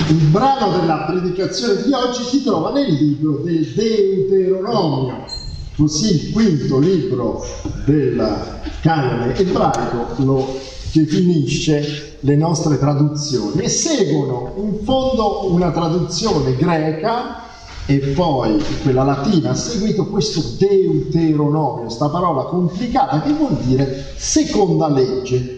Il brano della predicazione di oggi si trova nel libro del Deuteronomio, così il quinto libro del canone ebraico lo definisce le nostre traduzioni, e seguono in fondo una traduzione greca e poi quella latina ha seguito questo Deuteronomio, questa parola complicata che vuol dire seconda legge.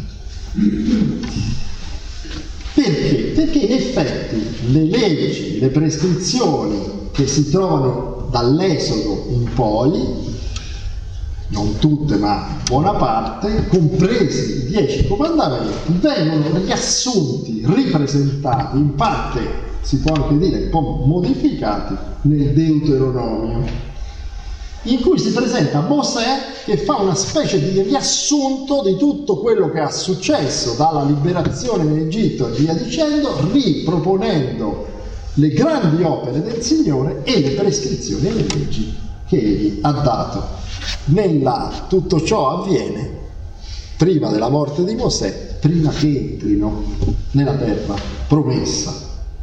Perché? Perché in effetti le leggi, le prescrizioni che si trovano dall'Esodo in poi, non tutte ma buona parte, compresi i 10 comandamenti, vengono riassunti, ripresentati, in parte si può anche dire un po' modificati nel Deuteronomio, in cui si presenta Mosè che fa una specie di riassunto di tutto quello che è successo dalla liberazione in Egitto e via dicendo, riproponendo le grandi opere del Signore e le prescrizioni e le leggi che Egli ha dato. Tutto ciò avviene prima della morte di Mosè, prima che entrino nella terra promessa.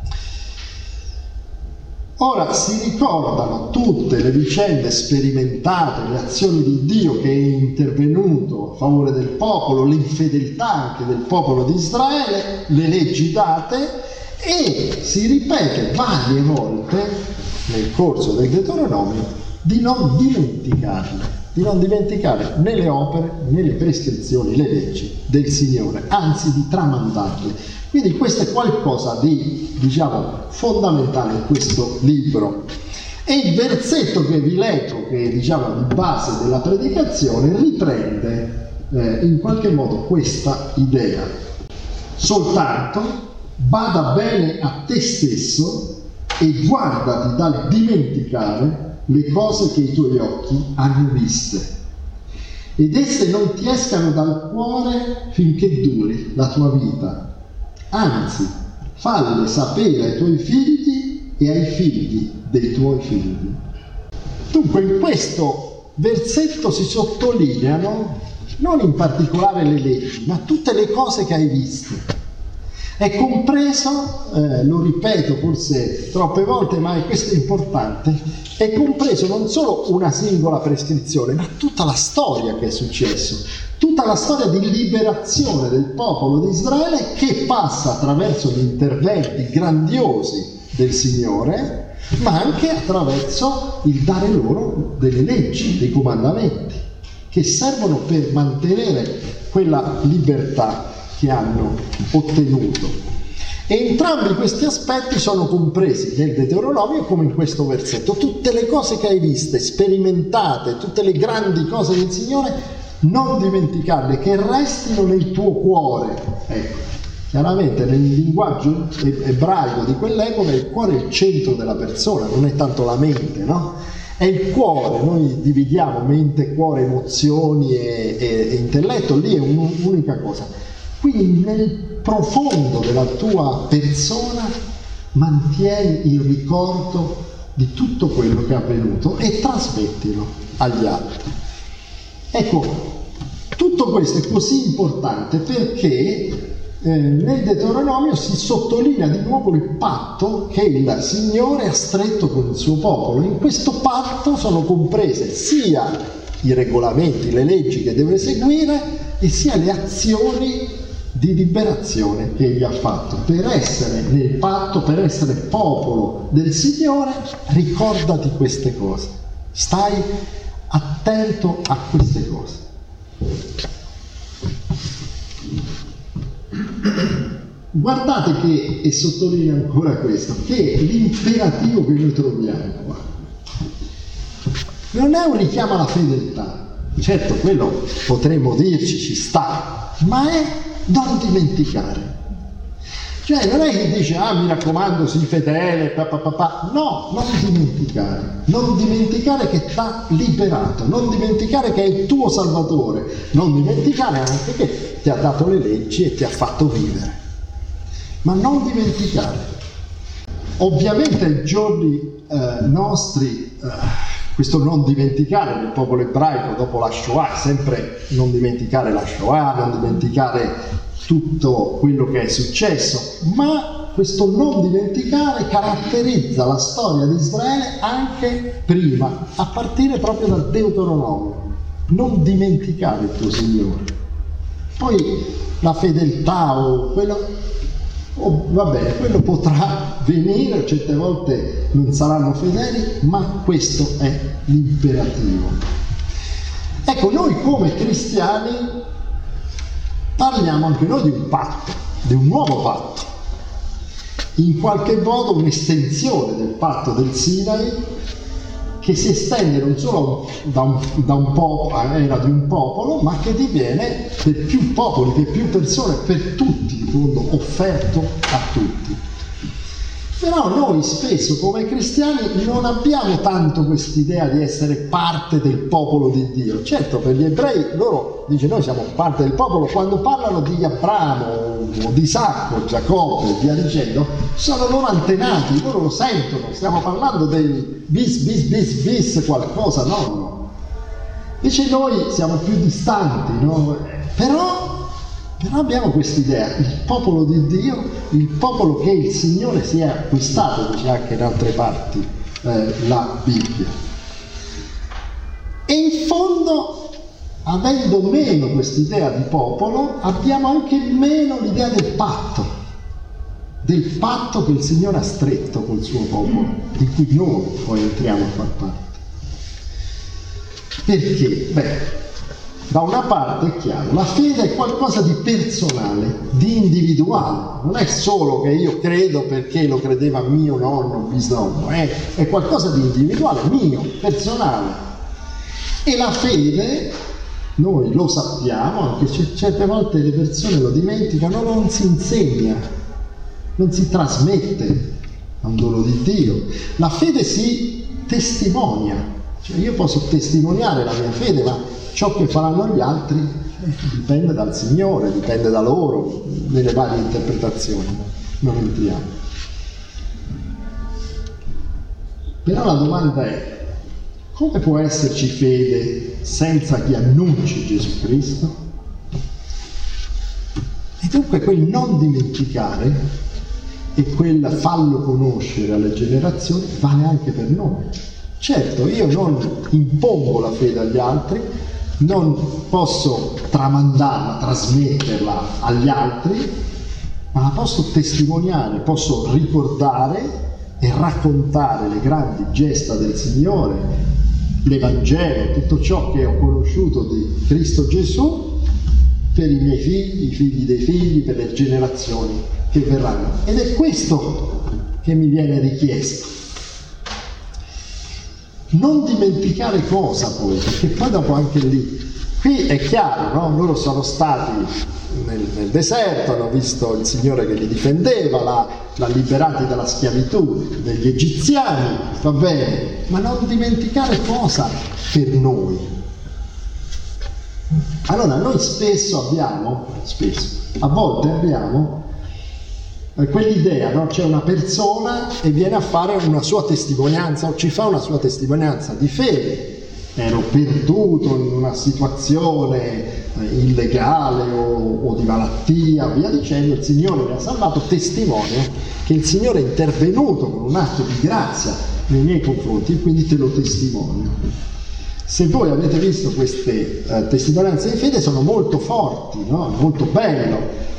Ora si ricordano tutte le vicende sperimentate, le azioni di Dio che è intervenuto a favore del popolo, l'infedeltà anche del popolo di Israele, le leggi date, e si ripete varie volte nel corso del Deuteronomio di non dimenticare né le opere né le prescrizioni, le leggi del Signore, anzi di tramandarle. Quindi questo è qualcosa di, fondamentale in questo libro. E il versetto che vi leggo, che è di base della predicazione, riprende in qualche modo questa idea. Soltanto bada bene a te stesso e guardati dal dimenticare le cose che i tuoi occhi hanno viste, ed esse non ti escano dal cuore finché duri la tua vita. Anzi, falle sapere ai tuoi figli e ai figli dei tuoi figli. Dunque in questo versetto si sottolineano non in particolare le leggi, ma tutte le cose che hai visto. È compreso, lo ripeto forse troppe volte, ma questo è importante, è compreso non solo una singola prescrizione, ma tutta la storia che è successo, tutta la storia di liberazione del popolo di Israele che passa attraverso gli interventi grandiosi del Signore, ma anche attraverso il dare loro delle leggi, dei comandamenti, che servono per mantenere quella libertà che hanno ottenuto. E entrambi questi aspetti sono compresi nel Deuteronomio come in questo versetto. Tutte le cose che hai viste, sperimentate, tutte le grandi cose del Signore, non dimenticarle, che restino nel tuo cuore. Ecco, chiaramente nel linguaggio ebraico di quell'epoca il cuore è il centro della persona, non è tanto la mente, no? È il cuore, noi dividiamo mente, cuore, emozioni e intelletto, lì è un'unica cosa. Quindi nel profondo della tua persona mantieni il ricordo di tutto quello che è avvenuto e trasmettilo agli altri. Ecco, tutto questo è così importante perché nel Deuteronomio si sottolinea di nuovo il patto che il Signore ha stretto con il suo popolo. In questo patto sono comprese sia i regolamenti, le leggi che deve seguire, e sia le azioni di liberazione che egli ha fatto. Per essere nel patto, per essere popolo del Signore, ricordati queste cose, stai attento a queste cose. Guardate che, e sottolineo ancora questo, che l'imperativo che noi troviamo qua non è un richiamo alla fedeltà, certo quello potremmo dirci ci sta, ma è non dimenticare. Cioè non è che dice mi raccomando sii fedele, no, non dimenticare che ti ha liberato, non dimenticare che è il tuo Salvatore, non dimenticare anche che ti ha dato le leggi e ti ha fatto vivere, ma non dimenticare. Ovviamente ai giorni nostri questo non dimenticare del popolo ebraico dopo la Shoah, sempre non dimenticare la Shoah, non dimenticare tutto quello che è successo, ma questo non dimenticare caratterizza la storia di Israele anche prima, a partire proprio dal Deuteronomio. Non dimenticare il tuo Signore. Poi la fedeltà quello potrà venire, certe volte non saranno fedeli, ma questo è l'imperativo. Ecco, noi come cristiani parliamo anche noi di un patto, di un nuovo patto, in qualche modo un'estensione del patto del Sinai, che si estende non solo da un popolo, era di un popolo, ma che diviene per più popoli, per più persone, per tutti, in fondo offerto a tutti. Però noi spesso come cristiani non abbiamo tanto quest'idea di essere parte del popolo di Dio. Certo, per gli ebrei loro dice noi siamo parte del popolo, quando parlano di Abramo o di Isacco, Giacobbe e via dicendo, sono loro antenati, loro lo sentono, stiamo parlando del bis qualcosa, no. Invece noi siamo più distanti, no? Però abbiamo quest'idea, il popolo di Dio, il popolo che il Signore si è acquistato, dice anche in altre parti la Bibbia. E in fondo, avendo meno quest'idea di popolo, abbiamo anche meno l'idea del patto che il Signore ha stretto col suo popolo, di cui noi poi entriamo a far parte. Perché? Da una parte è chiaro, la fede è qualcosa di personale, di individuale, non è solo che io credo perché lo credeva mio nonno, bisnonno, è qualcosa di individuale, mio, personale. E la fede, noi lo sappiamo, anche se certe volte le persone lo dimenticano, non si insegna, non si trasmette, è un dono di Dio. La fede si testimonia, cioè io posso testimoniare la mia fede, ma ciò che faranno gli altri dipende dal Signore, dipende da loro, nelle varie interpretazioni, non entriamo. Però la domanda è, come può esserci fede senza chi annunci Gesù Cristo? E dunque quel non dimenticare e quel fallo conoscere alle generazioni vale anche per noi. Certo, io non impongo la fede agli altri, non posso tramandarla, trasmetterla agli altri, ma la posso testimoniare, posso ricordare e raccontare le grandi gesta del Signore, l'Evangelo, tutto ciò che ho conosciuto di Cristo Gesù per i miei figli, i figli dei figli, per le generazioni che verranno. Ed è questo che mi viene richiesto. Non dimenticare cosa poi, perché poi dopo anche lì, qui è chiaro, no? Loro sono stati nel deserto, hanno visto il Signore che li difendeva, l'ha liberati dalla schiavitù degli egiziani, va bene, ma non dimenticare cosa per noi. Allora noi a volte abbiamo quell'idea, no? C'è una persona e viene a fare una sua testimonianza o ci fa una sua testimonianza di fede. Ero perduto in una situazione illegale o di malattia, via dicendo, il Signore mi ha salvato, testimonio che il Signore è intervenuto con un atto di grazia nei miei confronti e quindi te lo testimonio. Se voi avete visto queste testimonianze di fede sono molto forti, no? Molto bello.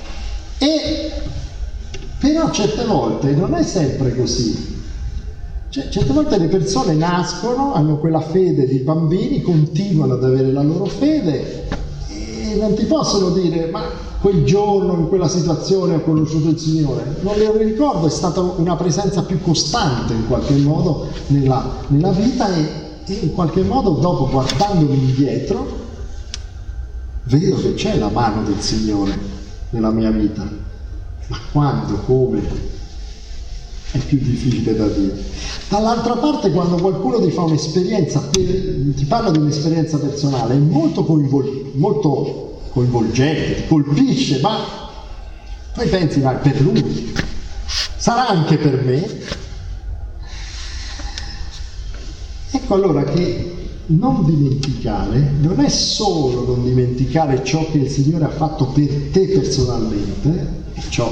Però certe volte non è sempre così. Certe volte le persone nascono, hanno quella fede di bambini, continuano ad avere la loro fede e non ti possono dire ma quel giorno, in quella situazione ho conosciuto il Signore. Non me lo ricordo, è stata una presenza più costante in qualche modo nella vita e in qualche modo dopo, guardandomi indietro, vedo che c'è la mano del Signore nella mia vita. Ma quando, come? È più difficile da dire. Dall'altra parte, quando qualcuno ti fa un'esperienza, ti parla di un'esperienza personale, è molto coinvolgente, ti colpisce, ma poi pensi, ma per lui, sarà anche per me? Ecco allora che non dimenticare non è solo non dimenticare ciò che il Signore ha fatto per te personalmente, ciò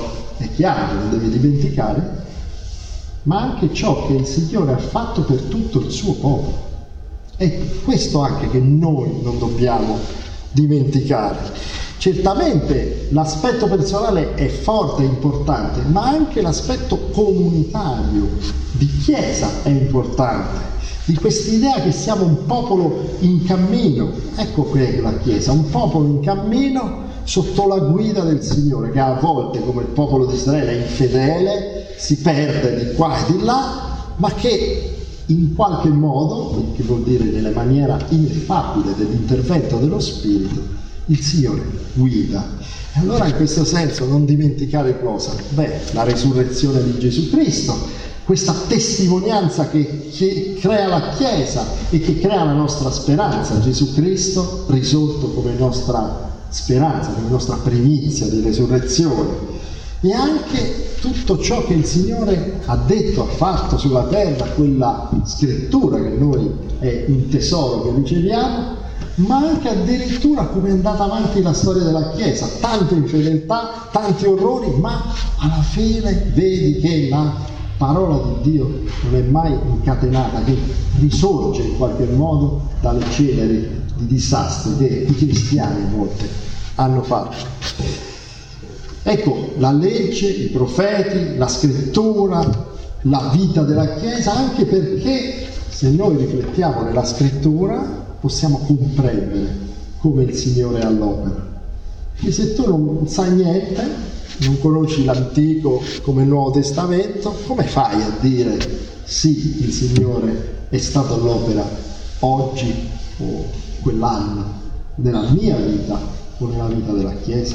è chiaro che non devi dimenticare, ma anche ciò che il Signore ha fatto per tutto il suo popolo. È questo anche che noi non dobbiamo dimenticare. Certamente l'aspetto personale è forte e importante, ma anche l'aspetto comunitario di Chiesa è importante, di quest'idea che siamo un popolo in cammino. Ecco qui è la Chiesa, un popolo in cammino sotto la guida del Signore, che a volte, come il popolo di Israele, è infedele, si perde di qua e di là, ma che in qualche modo, che vuol dire nella maniera ineffabile dell'intervento dello Spirito, il Signore guida. E allora in questo senso non dimenticare cosa? La resurrezione di Gesù Cristo, questa testimonianza che crea la Chiesa e che crea la nostra speranza, Gesù Cristo risorto come nostra speranza, come nostra primizia di resurrezione. E anche tutto ciò che il Signore ha detto, ha fatto sulla terra, quella scrittura che noi è un tesoro che riceviamo, ma anche addirittura come è andata avanti la storia della Chiesa, tante infedeltà, tanti orrori, ma alla fine vedi che la parola di Dio non è mai incatenata, che risorge in qualche modo dalle ceneri di disastri che i cristiani a volte hanno fatto. Ecco, la legge, i profeti, la scrittura, la vita della Chiesa, anche perché se noi riflettiamo nella scrittura possiamo comprendere come il Signore è all'opera. E se tu non sai niente, non conosci l'Antico come il Nuovo Testamento, come fai a dire sì, il Signore è stato all'opera oggi o quell'anno nella mia vita o nella vita della Chiesa?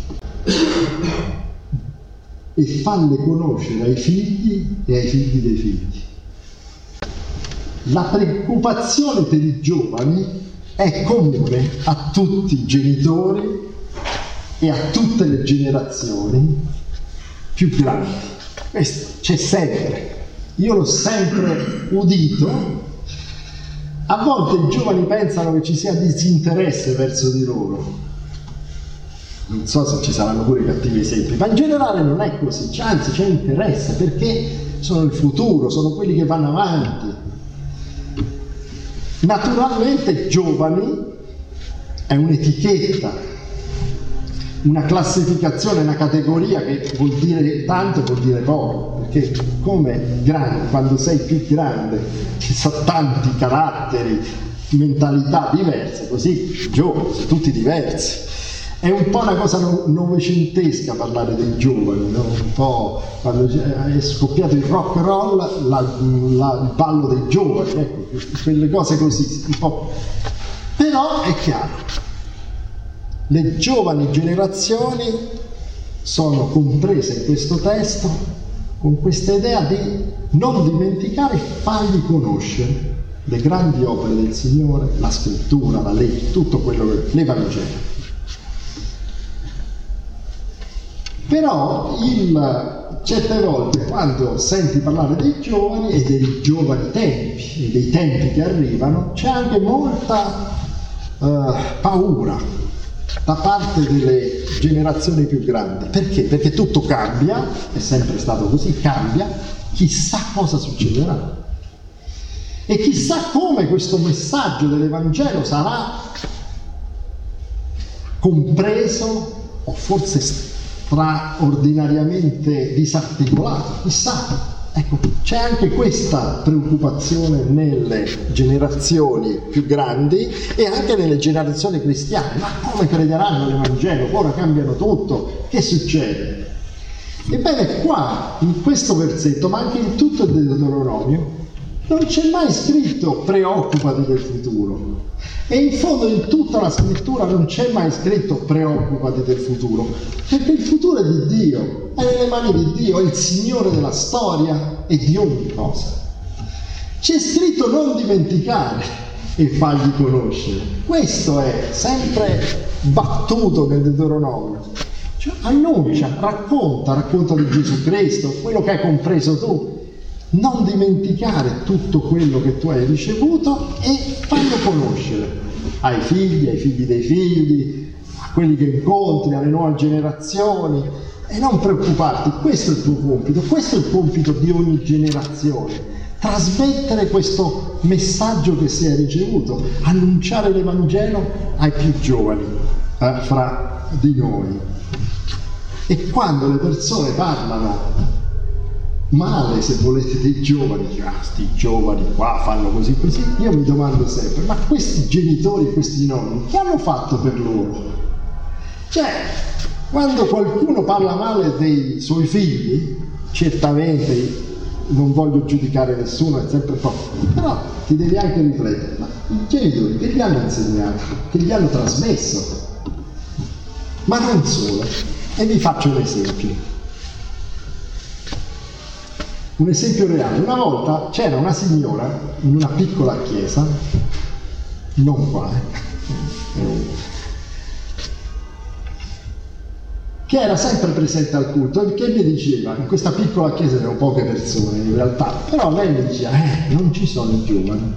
E falle conoscere ai figli e ai figli dei figli. La preoccupazione per i giovani è comune a tutti i genitori e a tutte le generazioni più grandi. Questo c'è sempre. Io l'ho sempre udito. A volte i giovani pensano che ci sia disinteresse verso di loro. Non so se ci saranno pure cattivi esempi, ma in generale non è così. Anzi, c'è interesse, perché sono il futuro, sono quelli che vanno avanti. Naturalmente giovani è un'etichetta, una classificazione, una categoria che vuol dire tanto e vuol dire poco, perché come grande, quando sei più grande ci sono tanti caratteri, mentalità diverse, così giovani, sono tutti diversi. È un po' una cosa novecentesca parlare dei giovani, no? Un po' quando è scoppiato il rock and roll, il ballo dei giovani, ecco, quelle cose così, un po'. Però è chiaro, le giovani generazioni sono comprese in questo testo con questa idea di non dimenticare, fargli conoscere le grandi opere del Signore, la scrittura, la legge, tutto quello che l'Evangelo. Però certe volte quando senti parlare dei giovani e dei giovani tempi e dei tempi che arrivano, c'è anche molta paura da parte delle generazioni più grandi. Perché? Perché tutto cambia, è sempre stato così, cambia, chissà cosa succederà. E chissà come questo messaggio dell'Evangelo sarà compreso o forse straordinariamente disarticolato, chissà. Ecco, c'è anche questa preoccupazione nelle generazioni più grandi e anche nelle generazioni cristiane. Ma come crederanno all'Evangelo? Ora cambiano tutto, che succede? Ebbene, qua, in questo versetto, ma anche in tutto il Deuteronomio, non c'è mai scritto preoccupati del futuro. E in fondo in tutta la scrittura non c'è mai scritto preoccupati del futuro, perché il futuro è di Dio, è nelle mani di Dio, è il Signore della storia e di ogni cosa. C'è scritto non dimenticare e fargli conoscere. Questo è sempre battuto nel Deuteronomio. Cioè, annuncia, racconta di Gesù Cristo, quello che hai compreso tu. Non dimenticare tutto quello che tu hai ricevuto e farlo conoscere ai figli dei figli, a quelli che incontri, alle nuove generazioni, e non preoccuparti, questo è il tuo compito, questo è il compito di ogni generazione, trasmettere questo messaggio che si è ricevuto, annunciare l'Evangelo ai più giovani fra di noi. E quando le persone parlano male, se volete, dei giovani, sti giovani qua fanno così, io mi domando sempre, ma questi genitori, questi nonni, che hanno fatto per loro? Cioè, quando qualcuno parla male dei suoi figli, certamente non voglio giudicare nessuno, è sempre poco, però ti devi anche riflettere, ma i genitori che gli hanno insegnato, che gli hanno trasmesso? Ma non solo, e vi faccio un esempio. Un esempio reale. Una volta c'era una signora in una piccola chiesa, non qua, che era sempre presente al culto e che mi diceva, in questa piccola chiesa erano poche persone in realtà, però lei mi diceva, non ci sono i giovani.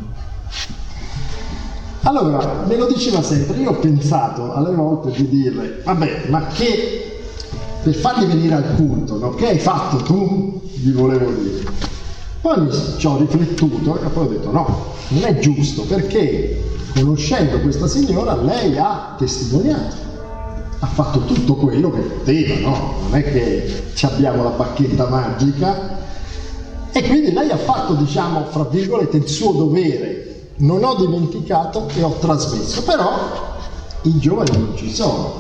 Allora, me lo diceva sempre, io ho pensato alle volte di dirle, vabbè, ma che per farli venire al culto, no? Che hai fatto tu? Gli volevo dire. Poi ci ho riflettuto e poi ho detto no, non è giusto, perché conoscendo questa signora lei ha testimoniato, ha fatto tutto quello che poteva, no? Non è che ci abbiamo la bacchetta magica, e quindi lei ha fatto, diciamo, fra virgolette, il suo dovere. Non ho dimenticato e ho trasmesso, però i giovani non ci sono.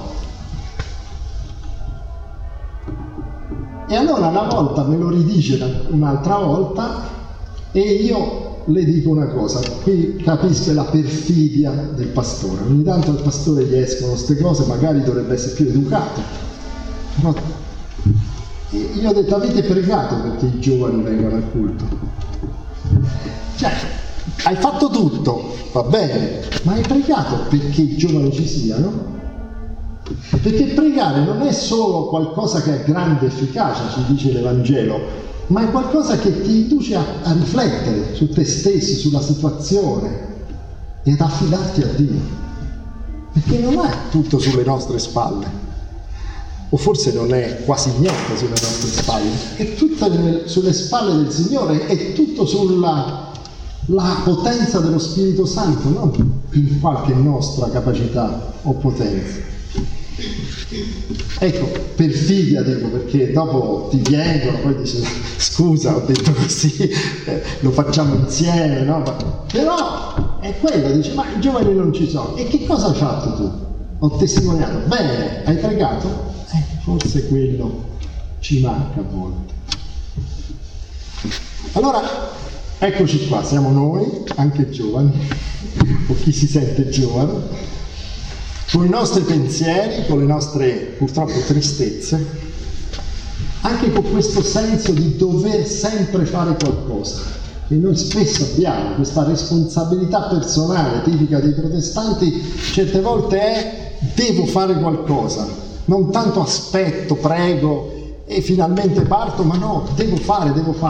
E allora una volta me lo ridice un'altra volta e io le dico una cosa, qui capisco la perfidia del pastore, ogni tanto al pastore gli escono queste cose, magari dovrebbe essere più educato, però io ho detto, avete pregato perché i giovani vengano al culto? Cioè, hai fatto tutto, va bene, ma hai pregato perché i giovani ci siano? Perché pregare non è solo qualcosa che ha grande efficacia, ci dice l'Evangelo, ma è qualcosa che ti induce a riflettere su te stesso, sulla situazione e ad affidarti a Dio, perché non è tutto sulle nostre spalle, o forse non è quasi niente sulle nostre spalle, è tutto sulle spalle del Signore, è tutto sulla potenza dello Spirito Santo, non in qualche nostra capacità o potenza. Ecco, perfidia dico, perché dopo ti vengono, poi dici scusa, ho detto così, lo facciamo insieme, no? Però è quello, dice, ma i giovani non ci sono. E che cosa hai fatto tu? Ho testimoniato. Bene, hai pregato? Forse quello ci manca a volte. Allora, eccoci qua, siamo noi, anche giovani, o chi si sente giovane, con i nostri pensieri, con le nostre purtroppo tristezze, anche con questo senso di dover sempre fare qualcosa, che noi spesso abbiamo, questa responsabilità personale tipica dei protestanti, certe volte è devo fare qualcosa, non tanto aspetto, prego e finalmente parto, ma no, devo fare.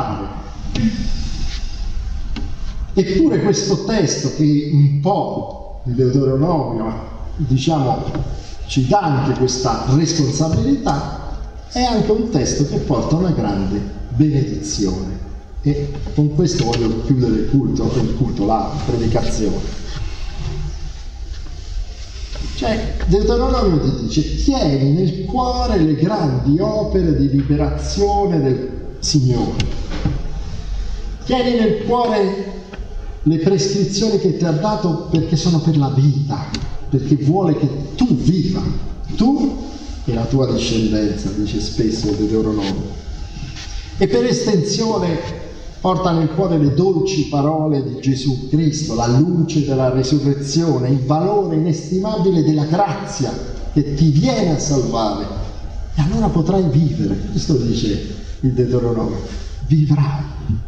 Eppure questo testo che un po' di Deuteronomio, diciamo, ci dà anche questa responsabilità, è anche un testo che porta una grande benedizione. E con questo voglio chiudere il culto, la predicazione. Cioè, Deuteronomio ti dice: tieni nel cuore le grandi opere di liberazione del Signore, tieni nel cuore le prescrizioni che ti ha dato, perché sono per la vita, perché vuole che tu viva, tu e la tua discendenza, dice spesso Deuteronomio. E per estensione porta nel cuore le dolci parole di Gesù Cristo, la luce della resurrezione, il valore inestimabile della grazia che ti viene a salvare. E allora potrai vivere, questo dice il Deuteronomio, vivrai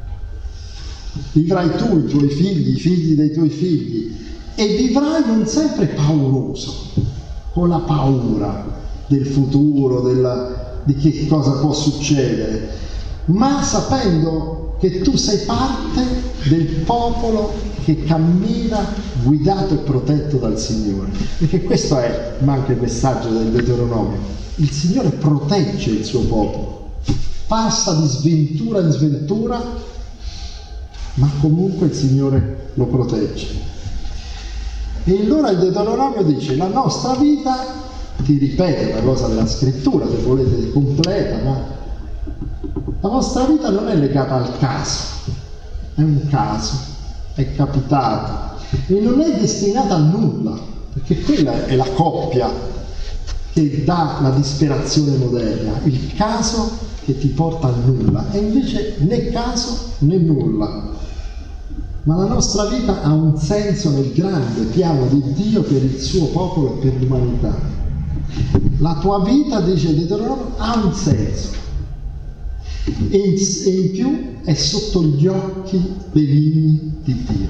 tu, i tuoi figli, i figli dei tuoi figli, e vivrai non sempre pauroso, con la paura del futuro, di che cosa può succedere, ma sapendo che tu sei parte del popolo che cammina guidato e protetto dal Signore. Perché questo è anche il messaggio del Deuteronomio. Il Signore protegge il suo popolo, passa di sventura in sventura, ma comunque il Signore lo protegge. E allora il Deuteronomio dice: la nostra vita, ti ripeto una cosa della scrittura, se volete completa, ma la vostra vita non è legata al caso, è un caso, è capitato e non è destinata a nulla, perché quella è la coppia che dà la disperazione moderna, il caso che ti porta a nulla, e invece né caso né nulla. Ma la nostra vita ha un senso nel grande piano di Dio per il suo popolo e per l'umanità. La tua vita, dice il Deuteronomio, ha un senso. E in più è sotto gli occhi benigni di Dio.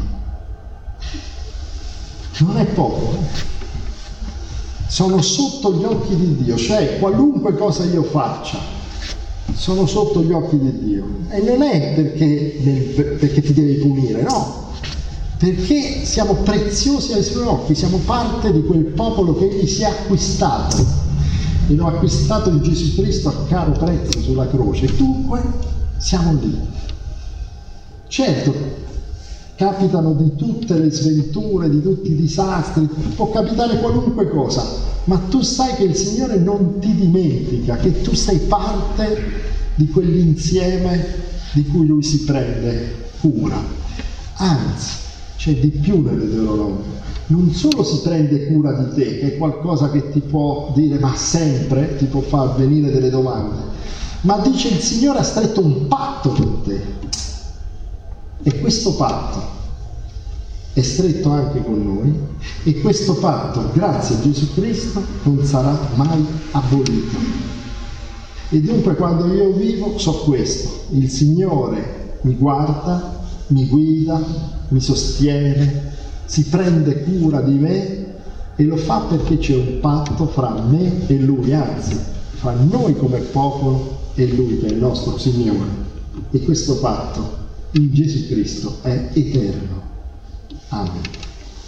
Non è poco. Sono sotto gli occhi di Dio, cioè qualunque cosa io faccia, sono sotto gli occhi di Dio. E non è perché ti devi punire, no. Perché siamo preziosi ai suoi occhi, siamo parte di quel popolo che egli si è acquistato. E l'ho acquistato in Gesù Cristo a caro prezzo sulla croce. Dunque siamo lì. Certo, capitano di tutte le sventure, di tutti i disastri, può capitare qualunque cosa, ma tu sai che il Signore non ti dimentica, che tu sei parte di quell'insieme di cui Lui si prende cura. Anzi, c'è di più nel Deuteronomio. Non solo si prende cura di te, che è qualcosa che ti può dire ma sempre, ti può far venire delle domande, ma dice: il Signore ha stretto un patto con te, e questo patto è stretto anche con noi, e questo patto, grazie a Gesù Cristo, non sarà mai abolito. E dunque quando io vivo so questo: il Signore mi guarda, mi guida, mi sostiene, si prende cura di me, e lo fa perché c'è un patto fra me e Lui, anzi fra noi come popolo e Lui che è il nostro Signore. E questo patto in Gesù Cristo è eterno. Amen.